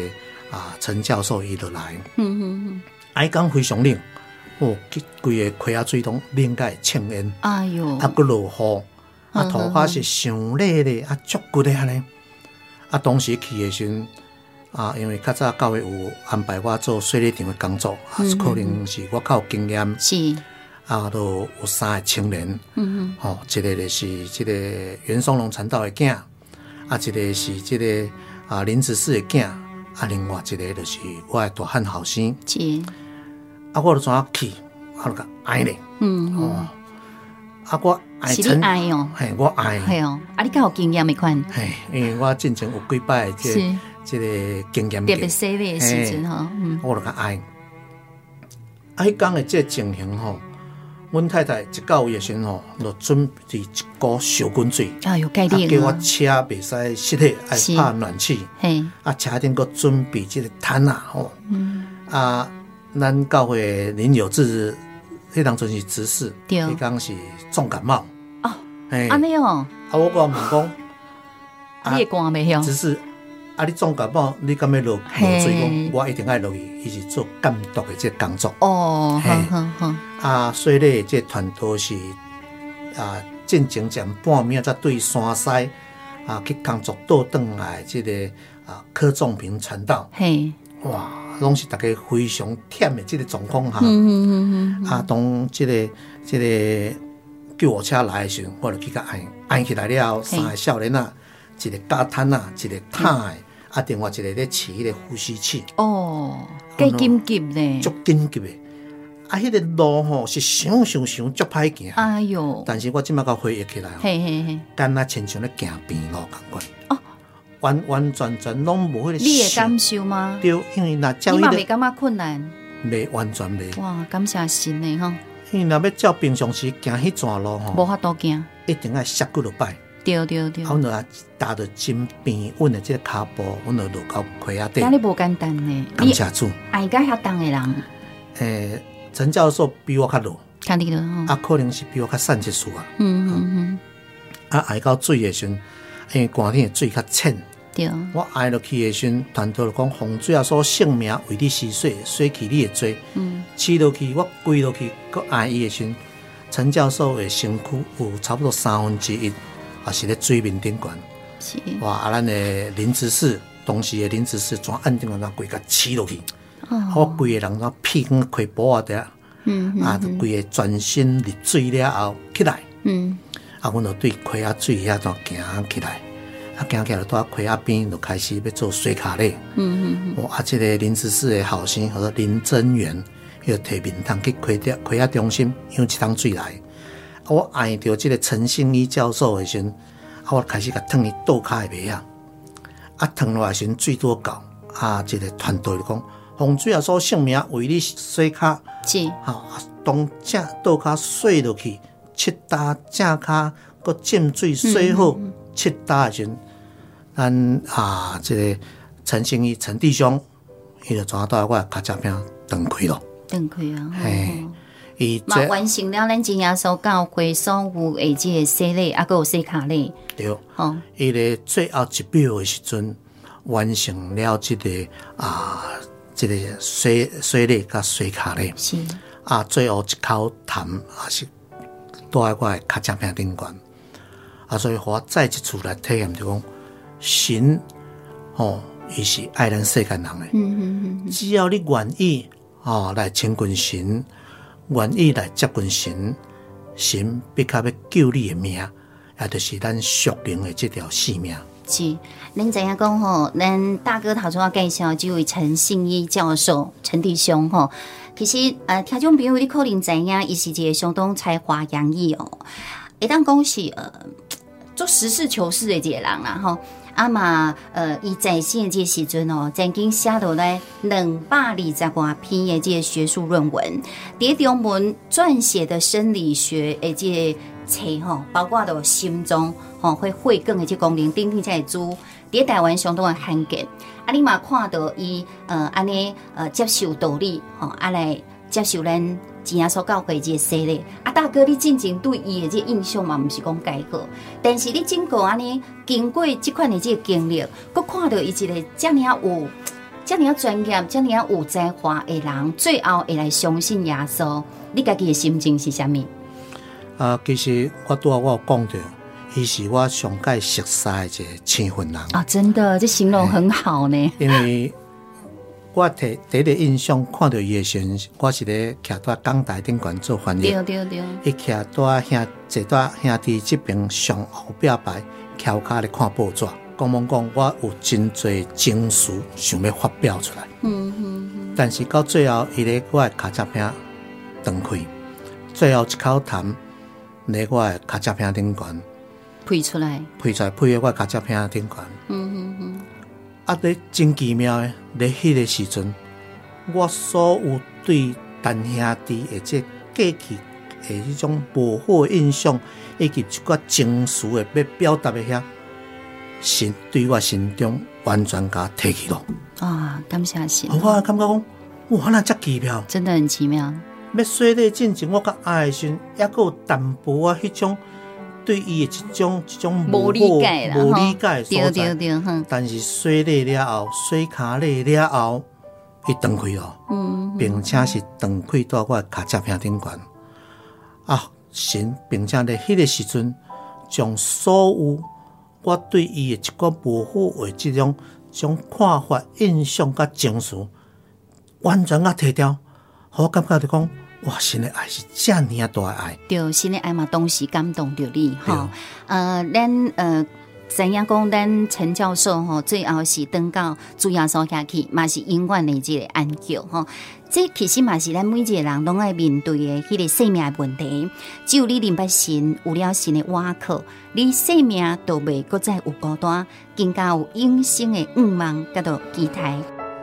Speaker 6: 啊陈教授伊就来，
Speaker 5: 嗯嗯嗯，
Speaker 6: 伊讲非常冷，哦，规个溪仔水拢冷甲会呛烟，
Speaker 5: 哎哟，
Speaker 6: 啊，佮落雨，啊，涂骹是上热咧，啊，足骨咧安尼。啊，当时去的时阵，啊，因为较早教会有安排我做水利场的工作，啊，可能是我较有经验，
Speaker 5: 是，
Speaker 6: 啊，都有三个青年，
Speaker 5: 嗯嗯，
Speaker 6: 吼，一个就是即个袁松龙传道的囝，啊，一个是即个啊林子嗣的囝，啊，另外一个就是我的大汉后生，
Speaker 5: 是，
Speaker 6: 啊，我就怎样去，我就甲爱咧，
Speaker 5: 嗯嗯，
Speaker 6: 哦，啊，我爱
Speaker 5: 是你爱哦，
Speaker 6: 嘿，我爱，
Speaker 5: 系哦，啊，你较有经验的款，
Speaker 6: 嘿，因为我进前有几摆即
Speaker 5: 是
Speaker 6: 即个经验，
Speaker 5: 特别犀利的时阵吼，嗯，
Speaker 6: 我就甲爱。啊，迄天的即个情形吼，阮太太一到位的时阵吼，就准备一锅烧滚水，
Speaker 5: 哎哟，盖
Speaker 6: 啊，
Speaker 5: 定啊，
Speaker 6: 叫我车袂使熄火，爱
Speaker 5: 是
Speaker 6: 拍暖气，
Speaker 5: 嘿，
Speaker 6: 啊，车顶佫准备即个炭啊，吼，
Speaker 5: 嗯，
Speaker 6: 啊，咱教会林有志，迄当阵是执事，
Speaker 5: 对
Speaker 6: 迄天是重感冒，
Speaker 5: 哦，
Speaker 6: 嘿，
Speaker 5: 安尼哦，
Speaker 6: 啊，我讲问讲，
Speaker 5: 你会寒袂晓？
Speaker 6: 只是啊，你重感冒，你敢要落落水？讲我一定爱落去，伊是做监督的这个工作。
Speaker 5: 哦，
Speaker 6: 嘿
Speaker 5: 好好好，
Speaker 6: 啊，水利这团队是啊，进前前半暝才对山西啊去工作倒转来，这个啊柯仲平传道，
Speaker 5: 嘿，
Speaker 6: 哇，拢是大家非常忝的这个状况下。
Speaker 5: 嗯嗯嗯
Speaker 6: 啊，当这个这个救护车来的时候，我就去甲按按起来了后，三个少年啊，一个加炭啊，一个炭的，啊，另外一个咧饲迄个呼吸器，
Speaker 5: 哦，计紧急呢，
Speaker 6: 足紧急的。啊，迄、那个路吼是想想想足歹行，
Speaker 5: 哎哟，
Speaker 6: 但是我即摆甲回忆起来，
Speaker 5: 嘿嘿嘿，
Speaker 6: 敢若亲像咧行平路共款，
Speaker 5: 哦，
Speaker 6: 完完全全拢无迄个。
Speaker 5: 你会感受吗？
Speaker 6: 对，因为若照
Speaker 5: 你
Speaker 6: 迄、那个，
Speaker 5: 嘛袂感觉困难？
Speaker 6: 袂完全袂。
Speaker 5: 哇，感谢神的吼，
Speaker 6: 因为若要照平常时行迄段路吼，
Speaker 5: 无法度行，
Speaker 6: 一定爱摔几落摆。
Speaker 5: 对对对，
Speaker 6: 啊，阮就啊踏着真平稳的这个脚步，阮就落到溪仔底。
Speaker 5: 今日无简单呢，
Speaker 6: 感谢主。
Speaker 5: 爱甲遐重的人，
Speaker 6: 诶、陈教授比我较老，
Speaker 5: 看你了吼，
Speaker 6: 啊，可能是比我较善一次啊。
Speaker 5: 嗯嗯嗯，
Speaker 6: 啊，挨到水的时阵，因为寒天的水较浅，
Speaker 5: 对，
Speaker 6: 我挨落去的时阵，团队就讲洪水啊，所性命为你吸水，水去你会做。
Speaker 5: 嗯，
Speaker 6: 起落去，我跪落去，搁挨伊的时阵，陈教授的身躯有差不多三分之一。也是咧水面顶悬，
Speaker 5: 是，
Speaker 6: 哇！啊，咱的林执事，当时的林执事全按定个规甲起落去，
Speaker 5: 哦，
Speaker 6: 我规个人怎屁股开波啊的，
Speaker 5: 嗯
Speaker 6: 啊，规个全身入水了后起来，
Speaker 5: 嗯，
Speaker 6: 啊，阮就对溪仔水遐就行起来，啊，行起来就到溪仔边就开始要做水卡咧，
Speaker 5: 嗯嗯
Speaker 6: 哇！啊，这个林执事的后生叫做林真元，伊就摕面桶去溪底溪仔中心用一桶水来。我按到这个陈信一教授的时候，啊，我开始甲烫伊倒骹的尾啊，啊，烫落来时水多高，啊，这个团队就讲，洪水啊所性命为你洗骹，
Speaker 5: 是，
Speaker 6: 啊，当正倒骹洗落去，七搭正骹，搁浸水洗好，七搭的时候，咱啊，这个陈信一陈弟兄，伊就转到我脚脚边断开咯，
Speaker 5: 断开啊，
Speaker 6: 嘿。伊
Speaker 5: 嘛完成了咱真耶稣教会所有的这个洗礼，啊，还有洗卡礼，
Speaker 6: 对，
Speaker 5: 吼，
Speaker 6: 伊咧最后一秒的时阵，完成了这个啊，这个洗洗礼甲洗卡礼，
Speaker 5: 是，
Speaker 6: 啊，最后一口痰也是倒在我的脚趾边顶悬，啊，所以我再一次来体验就讲，神，哦，伊是爱咱世间人的，
Speaker 5: 嗯嗯嗯，
Speaker 6: 只要你愿意，哦，来亲近神。愿意来接近神，神必较要救你的命，也就是咱属灵的这条性命。
Speaker 5: 是，恁知影讲吼，咱大哥头先我介绍这位陈信一教授、陈弟兄吼，其实呃，听众朋友你可能知影，伊是一个相当才华洋溢哦，会当讲是呃，做实事求是的一个人啦吼。啊嘛，呃，伊在世的这个时阵哦，曾经写落来两百二十多篇的这个学术论文，伫中文撰写的生理学的这个册吼，包括到心脏吼会会更的这功能，等等这些书，伫台湾相当的罕见。啊，你嘛看到伊呃安尼呃接受道理吼，啊来接受咱真耶稣教会这个洗礼。啊，大哥，你进前对伊的这个印象嘛，毋是讲介好，但是你经过安尼经过这款的这个经历，佮看到伊一个遮尔有这么专业、这么有才华的人，最后会来相信耶稣，你家己的心情是啥物？
Speaker 6: 啊，其实我拄仔我有讲到，伊是我上界熟悉的一个青云人
Speaker 5: 啊，真的，这形容很好呢。
Speaker 6: 因为我第第一个印象看到伊的时阵，我是咧徛在讲台顶悬做翻译，
Speaker 5: 对对对，
Speaker 6: 伊徛在兄坐在兄弟这边上后壁排，翘脚咧看报纸。讲讲讲，我有真侪情绪想要发表出来，
Speaker 5: 嗯嗯嗯，
Speaker 6: 但是到最后，伊咧我的脚趾片断开，最后一口痰咧我的脚趾片顶悬
Speaker 5: 配出来，
Speaker 6: 配出来配喺我的脚趾片顶悬。
Speaker 5: 嗯嗯嗯，
Speaker 6: 啊，咧真奇妙的，咧迄个时阵，我所有对陈兄弟的这过去的迄种无好的印象，以及一寡情绪的要表达的遐，神对我心中完全甲提起咯。
Speaker 5: 啊，感谢神！
Speaker 6: 我感觉讲，哇，那遮奇妙，
Speaker 5: 真的很奇妙。
Speaker 6: 要洗礼进前，我甲爱的时，还佫有淡薄啊，迄种对伊的一种一种
Speaker 5: 无理解啦，
Speaker 6: 无理解的所在。
Speaker 5: 对对对，哼。
Speaker 6: 但是洗礼了后，洗骹礼了后，伊断开哦，
Speaker 5: 嗯，
Speaker 6: 并且是断开到我脚趾片顶悬。啊，神并且咧迄个时阵，将所有我对伊的一个无好的即种种看法、印象甲情绪，完全啊摕掉，互我感觉着讲，哇，神的爱是遮尔啊大的爱。
Speaker 5: 对，神的爱嘛，当时感动着你吼。呃，咱呃。知影讲，咱陈教授吼，最后是登到主耶稣遐去，嘛是永远的一个安叫吼。这其实嘛是咱每一个人拢爱面对的迄个生命的问题。只有你明白神，有了神的瓦靠，你生命就袂搁再有孤单，更加有永生的愿望甲到期待。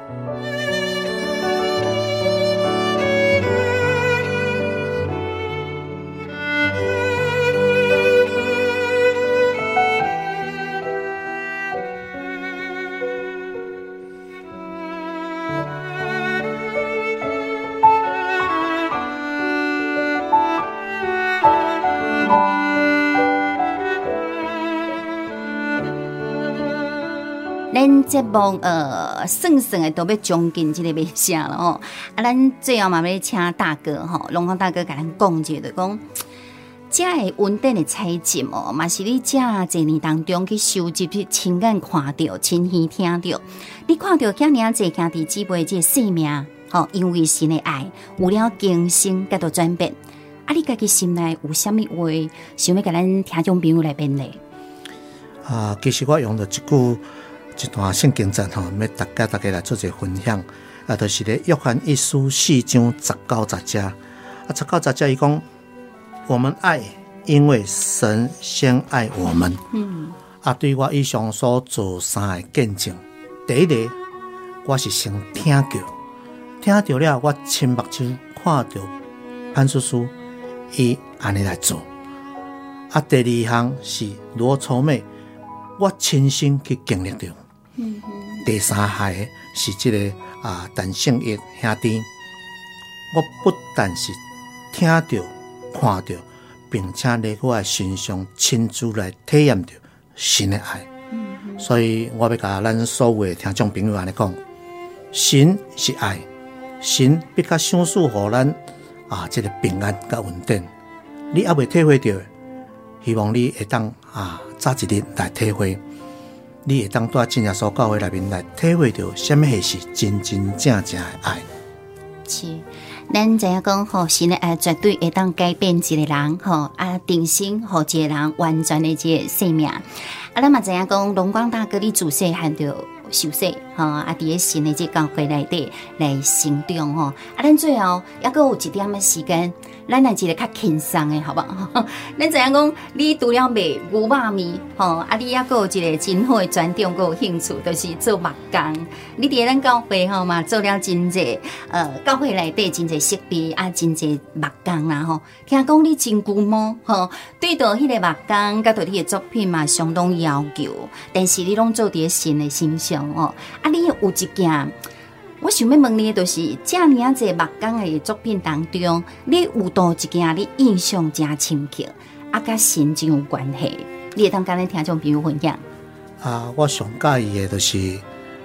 Speaker 5: 咱节目呃，算算的都要将近这个尾声了吼。啊，咱最后嘛要请大哥吼，龙光大哥甲咱讲一下，就讲这个稳定的采集哦，嘛是你这一年当中去收集、去亲眼看到、亲耳听到。你看到遐尔济兄弟姊妹这个生命，吼，因为神的爱有了更新，甲到转变。啊，你家己心内有啥物话想要甲咱听众朋友来勉励？
Speaker 6: 啊，其实我用了一句。一段圣经节吼，要大家大家来做一个分享，啊，就是咧约翰一书四章十九十节，啊，十九十节伊讲，我们爱，因为神先爱我们。嗯，啊，对我以上所做三个见证，第一个，我是先听到，听到了，我亲目睭看到潘叔叔伊安尼来做。啊，第二项是罗愁妹，我亲身去经历到。嗯、第三项是这个啊，陈胜义兄弟，我不但是听到、看到，并且在我的身上亲自来体验到神的爱。嗯、所以我要甲咱所有的听众朋友安尼讲，神是爱，神必甲赏赐予咱啊，这个平安甲稳定。你还未体会到，希望你会当啊，早一日来体会。你会当在真耶稣教会内面来体会到什么是真真正正的爱。
Speaker 5: 是，咱知影讲吼，神的爱绝对会当改变一个人吼，啊，定心互一个人完全的一个生命。啊，咱嘛知影讲，龙光大哥你自细汉就受洗吼，啊，伫个神的这教会内底来成长吼。啊，咱最后还阁有一点的时间。咱来一个较轻松的，好不好？咱知影讲，你除了卖牛肉面，吼，啊，你还阁有一个真好的专长，阁有兴趣，就是做木工。你伫咱教会吼嘛，做了真济，呃，教会内底真济设备啊，真济木工啦吼。听讲你真古摸，吼，对到迄个木工，甲到你的作品嘛，相当要求。但是你拢做伫神的心上哦，啊，你有一件。我想要问你，就是这尔啊侪木工的作品当中，你有倒一件你印象真深刻，啊，甲神真有关系，你会当跟咱听众朋友分享？
Speaker 6: 啊，我上介意的就是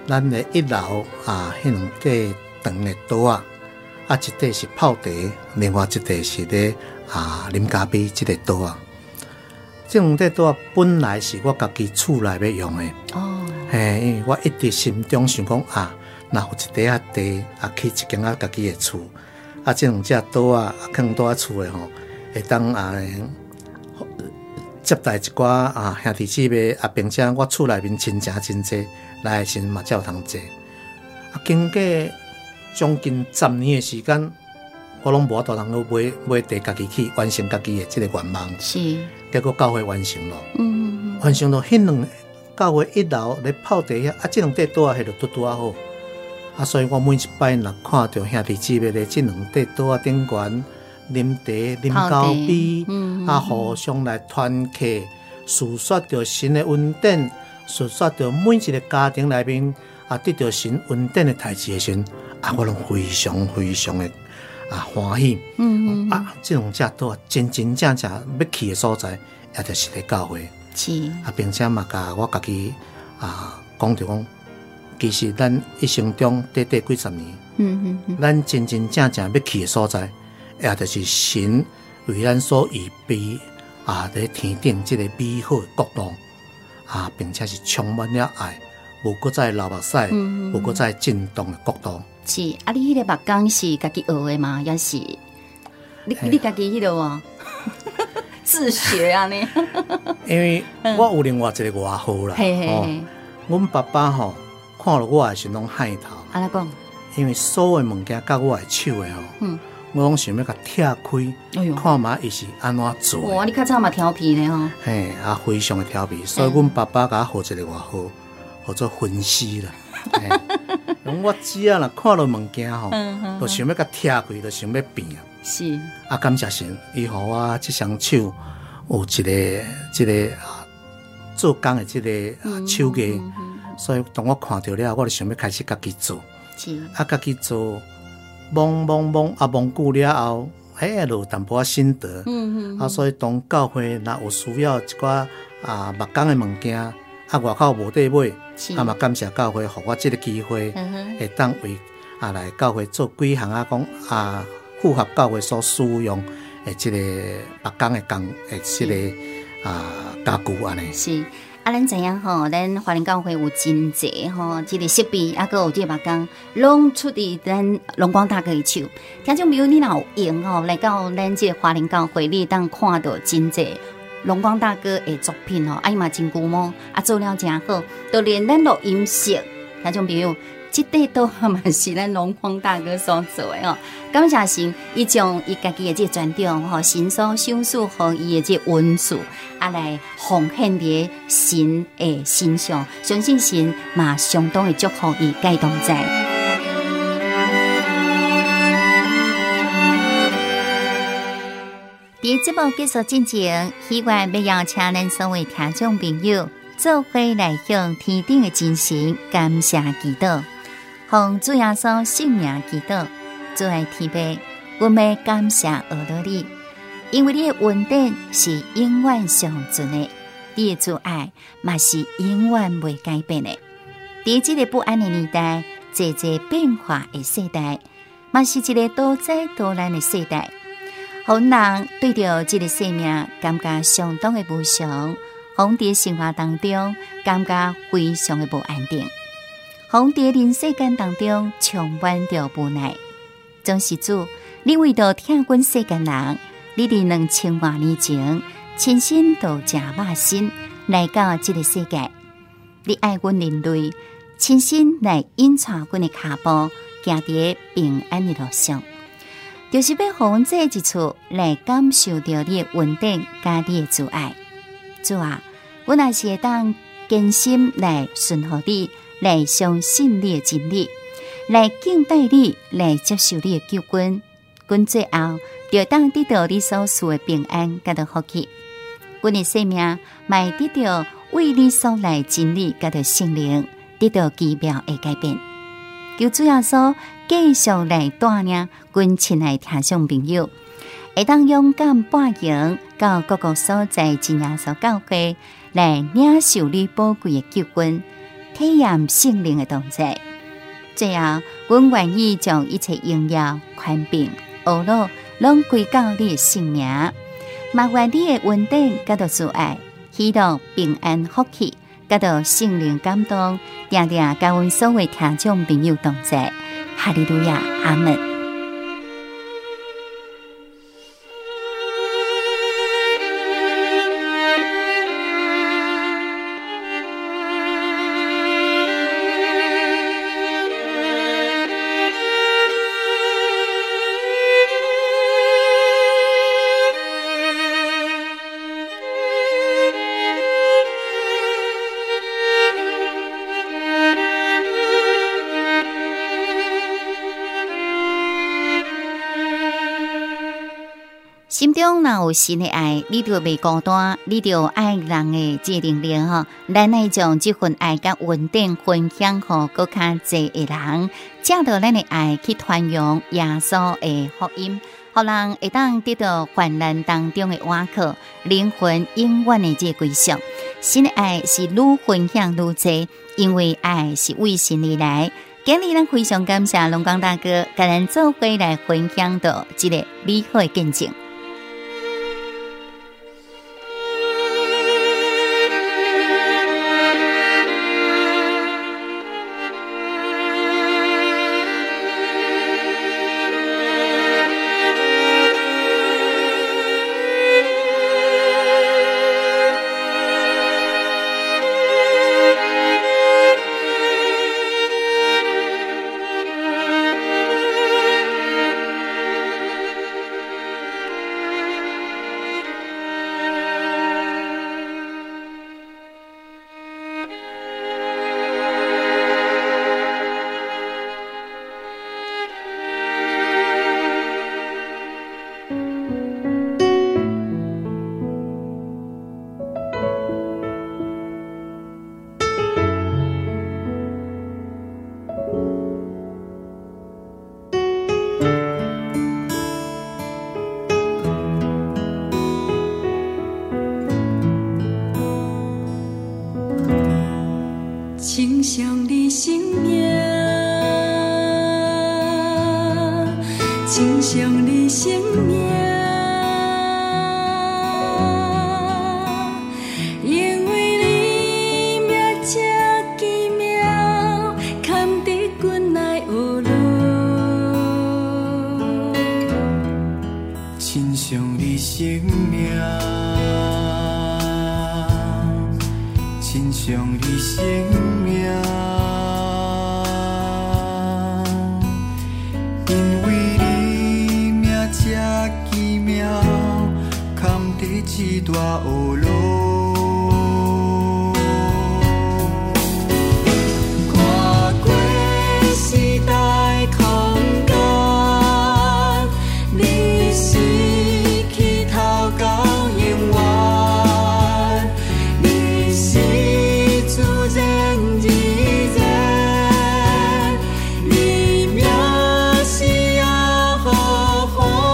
Speaker 6: 咱的一楼啊，迄两块长的桌啊，啊一块是泡茶，另外一块是咧啊啉咖啡即个桌啊。这两块桌啊，本来是我家己厝内要用的。哦。嘿，因为我一直心中想讲啊，若有一块啊地啊，起一间啊家己的厝，啊，这两只桌啊，放在厝的吼，会当啊。接待一寡啊兄弟姊妹啊，并且我厝内面亲戚真济，来时嘛才有通坐。啊，经过将近十年的时间，我拢无法度通去买买地家己去完成家己的这个愿望。是。结果教会完成了。嗯嗯嗯。完成了，迄两教会一楼咧泡茶遐，啊，这两块桌啊，迄就拄拄啊好。啊，所以我每一摆若看到兄弟姊妹咧，这两块桌啊顶悬。啉茶、啉高啡，嗯、啊，互相来团客，诉说着神的恩典，诉说着每一个家庭内面啊，得到神恩典的代志的时候，啊，我拢非常非常的啊欢喜。嗯嗯啊，这种只都真真正正要去的所在，也就是咧教会。是啊，并且嘛，甲我家己啊讲着讲，其实咱一生中短短几十年，嗯嗯嗯，咱真真正正要去的所在。也就是神为咱所预备啊，在天顶这个美好的国度啊，并且是充满了爱，无搁再流目屎，无搁再震动的国度。
Speaker 5: 是啊，你迄个目光是家己学的吗？也是你你家己迄个哦，自学啊呢？
Speaker 6: 因为我有另外一个外号啦，哦，阮爸爸吼看了我的时拢害头。
Speaker 5: 安怎讲？
Speaker 6: 因为所有物件甲我的手的吼。嗯我拢想要甲拆开，哎、看嘛伊是安怎做。
Speaker 5: 哇，你较早嘛调皮呢吼。
Speaker 6: 嘿，啊，非常的调皮，所以阮爸爸甲我学一个外号，叫做分析啦。我只啊，若看到物件吼，就想要甲拆开，就想要变。是。啊，感谢神，伊互我这双手有一个、这个啊做工的这个啊手艺，所以当我看到了，我就想要开始家己做。是。啊，家己做。忙忙忙啊，忙久了后，迄就有淡薄仔心得。嗯嗯。啊，所以当教会若有需要一寡啊木工的物件，啊外口无地买，啊嘛感谢教会，互我这个机会，嗯、会当为啊来教会做几项啊讲啊符合教会所需用的这个木工的工的这个啊家具安尼。
Speaker 5: 是。啊，咱知影吼，咱华人教会有真济吼，即个设备啊，佮有这目工，拢出伫咱龙光大哥的手。听众朋友，你若有闲吼，来到咱这华人教会，你当看到真济龙光大哥的作品吼，啊伊嘛真古摸，啊做了真好，就连咱录音室，听众朋友。这块都嘛是咱龙光大哥所做的哦，感谢神，伊将伊家己的这专长吼，神所赏赐互伊的这文字，啊来奉献伫神的身上，相信神嘛相当的祝福伊该动在。伫节目结束之前，希望要邀请咱所有听众朋友做伙来向天顶的真神感谢祈祷。奉主耶稣圣名祈祷，主爱天父，我们感谢俄罗你，因为你的恩典是永远长存的，你的主爱嘛是永远未改变的。在这个不安的年代，这这变化的世代，嘛是一个多灾多难的世代，让人对着这个生命感觉相当的无常，让在生活当中感觉非常的不安定。红在人世间当中充满着无奈，总是主，你为着疼阮世间人，你伫两千多年前亲身到食肉身来到这个世界，你爱阮人类，亲身来引带阮的脚步，行伫平安的路上，就是要互阮这一次来感受到你的恩典甲你的主爱。主啊，阮也是会当坚心来顺服你。来相信你的真理，来敬拜你，来接受你的救恩，阮最后就当得到你所赐的平安甲的福气。阮的生命卖得到为你所来真理甲的圣灵，得到奇妙的改变。求主耶稣继续来带领阮亲爱听众朋友，会当勇敢搬行到各个所在真耶稣教会，来领受你宝贵的救恩。 体验圣灵的同在。最后，阮愿意将一切荣耀、权柄、恶乐，拢归到你的圣名。麻烦你的稳定，甲到慈爱、喜乐、平安、福气，甲到圣灵感动，定定甲阮所有听众朋友同在。哈利路亚，阿门。心中若有神的爱，你就袂孤单，你就爱人的这能力吼。咱爱将这份爱甲稳定分享给更较侪的人，借着咱的爱去传扬耶稣的福音，互人会当得到患难当中的瓦靠，灵魂永远的这归宿。神的爱是愈分享愈多，因为爱是为神而来。今日咱非常感谢龙岗大哥，甲咱做伙来分享到这个美好的见证。
Speaker 4: 清香的生命，清香的生命，因为你名这奇妙，堪得滚来学落。
Speaker 7: 清香的生命，清香的生命，因为你名这奇妙，堪得一大学落。跨过时代空间，你是起头到永远，你是自然自然，你名是耶和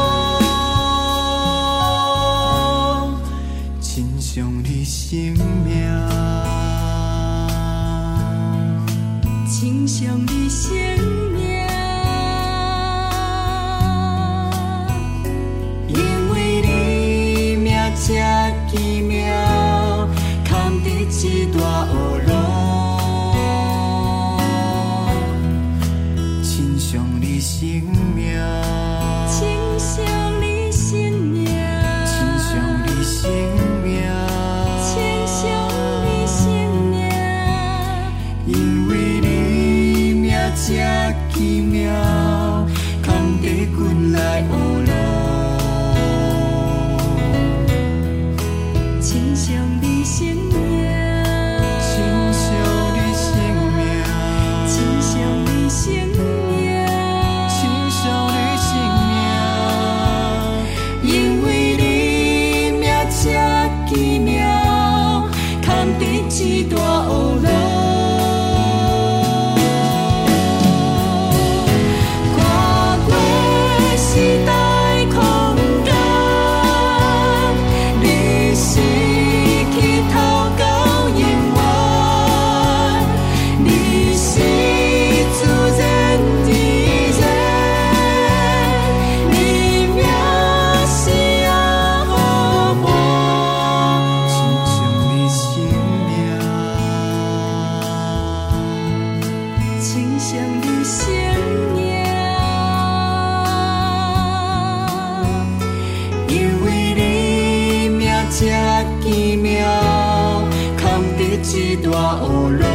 Speaker 7: 华，真相的生命，
Speaker 4: 清香的生命，因为你名这奇妙，堪得一大学落。
Speaker 7: 真相的生命，
Speaker 4: 清香的生命，
Speaker 7: 真相的生命，
Speaker 4: 清香的生命，
Speaker 7: 因为你名这奇妙，堪得滚来学落。
Speaker 4: 清香的生命，
Speaker 7: 清香的生命，
Speaker 4: 清香的生命，
Speaker 7: 清香的生命，
Speaker 4: 因为你名这奇妙，堪得一大学落。跨过时代亲像你生命，因为你名这奇妙，扛得一大乌路。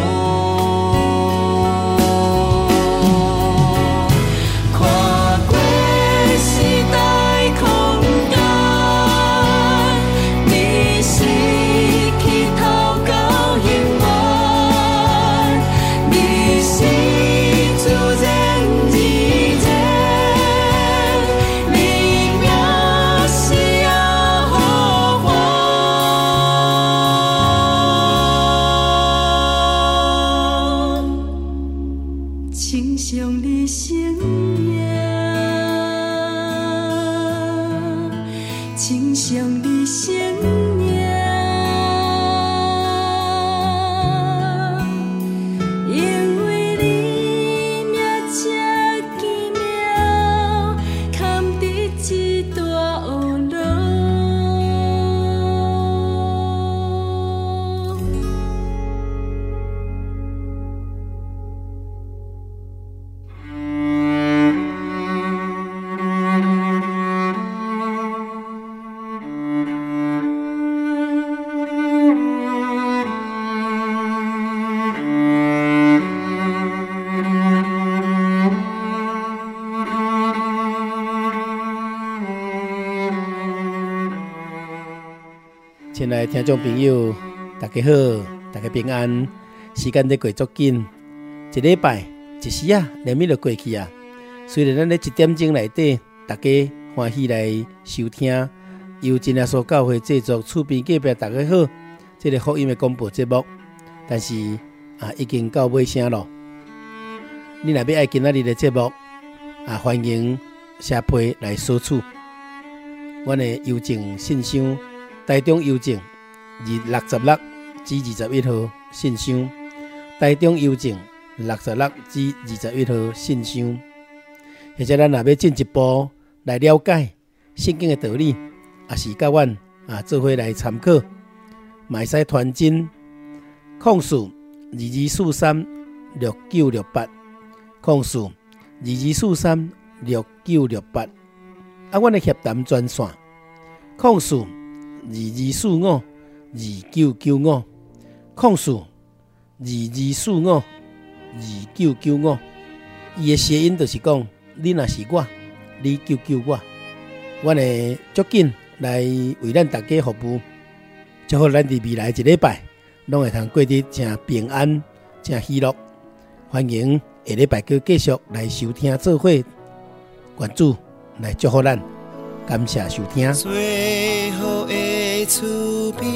Speaker 3: 亲爱的听众朋友，大家好，大家平安。时间在过足紧，一礼拜一时啊，连绵就过去啊。虽然咱咧一点钟内底，大家欢喜来收听由真耶稣教会制作厝边隔壁大家好这个福音的广播节目，但是啊，已经到尾声咯。你若要爱今仔日的节目啊，欢迎写批来索取。阮的邮政信箱。台中邮政二六十六至二十一号信箱，台中邮政六十六至二十一号信箱。或者咱若要进一步来了解圣经的道理，也是甲阮啊做伙来参考，嘛会使传真控诉二二四三六九六八，控诉二二四三六九六八。啊，阮的协谈专线控诉。二二四五二九九五，控诉二二四五二九九五，伊的谐音就是讲，你若是我，你救救我，我会足紧来为咱大家服务，祝福咱伫未来一礼拜，拢会通过得真平安、真喜乐。欢迎下礼拜继续来收听做伙，愿主来祝福咱，感谢收听。
Speaker 1: 最后的厝边，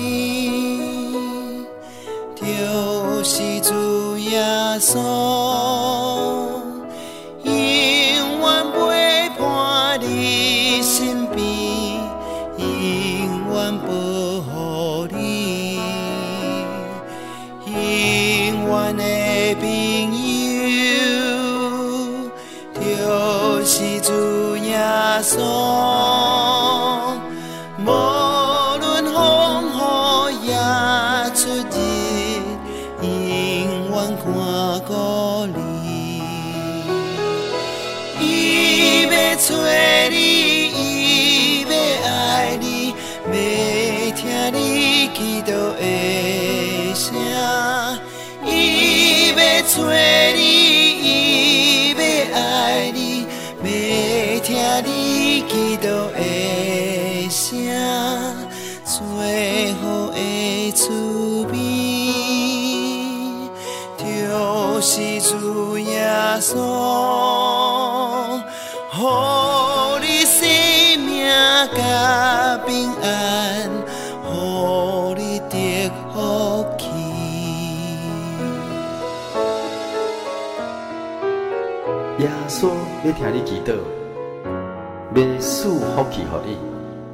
Speaker 1: 就是主耶稣，永远陪伴你身边，永远保护你，永远的朋友，就是主耶稣。找你，伊要爱你，要听你祈祷的声。伊要找你，伊要爱你，要听你祈祷的声。最好的厝边，就是主耶稣。予你生命甲平安，予你得福气。
Speaker 2: 耶稣要听你祈祷，要赐福气予你。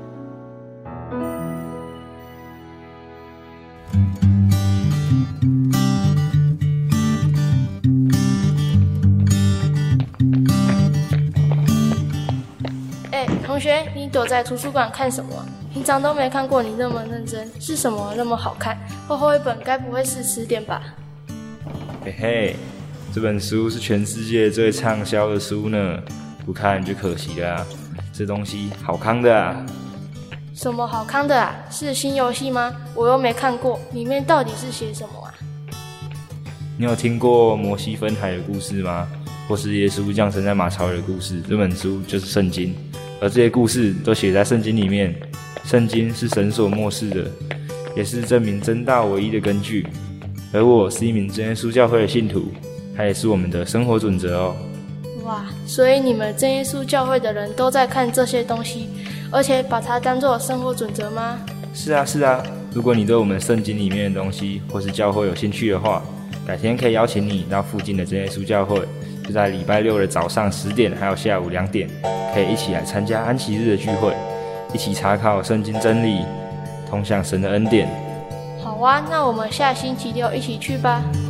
Speaker 8: 同学，你躲在图书馆看什么？平常都没看过你那么认真，是什么那么好看？厚厚一本，该不会是词典吧？
Speaker 9: 嘿嘿， 这本书是全世界最畅销的书呢，不看就可惜了啊。这东西好康的啊！
Speaker 8: 什么好康的啊？是新游戏吗？我又没看过，里面到底是写什么啊？
Speaker 9: 你有听过摩西分海的故事吗？或是耶稣降生在马槽里的故事？这本书就是圣经，而这些故事都写在圣经里面。圣经是神所默示的，也是证明真道唯一的根据。而我是一名真耶稣教会的信徒，它也是我们的生活准则哦。
Speaker 8: 哇，所以你们真耶稣教会的人都在看这些东西，而且把它当作生活准则吗？
Speaker 9: 是啊是啊，如果你对我们圣经里面的东西或是教会有兴趣的话，改天可以邀请你到附近的真耶稣教会，就在礼拜六的早上十点还有下午两点，可以一起来参加安息日的聚会，一起查考圣经真理，通向神的恩典。
Speaker 8: 好啊，那我们下星期六一起去吧。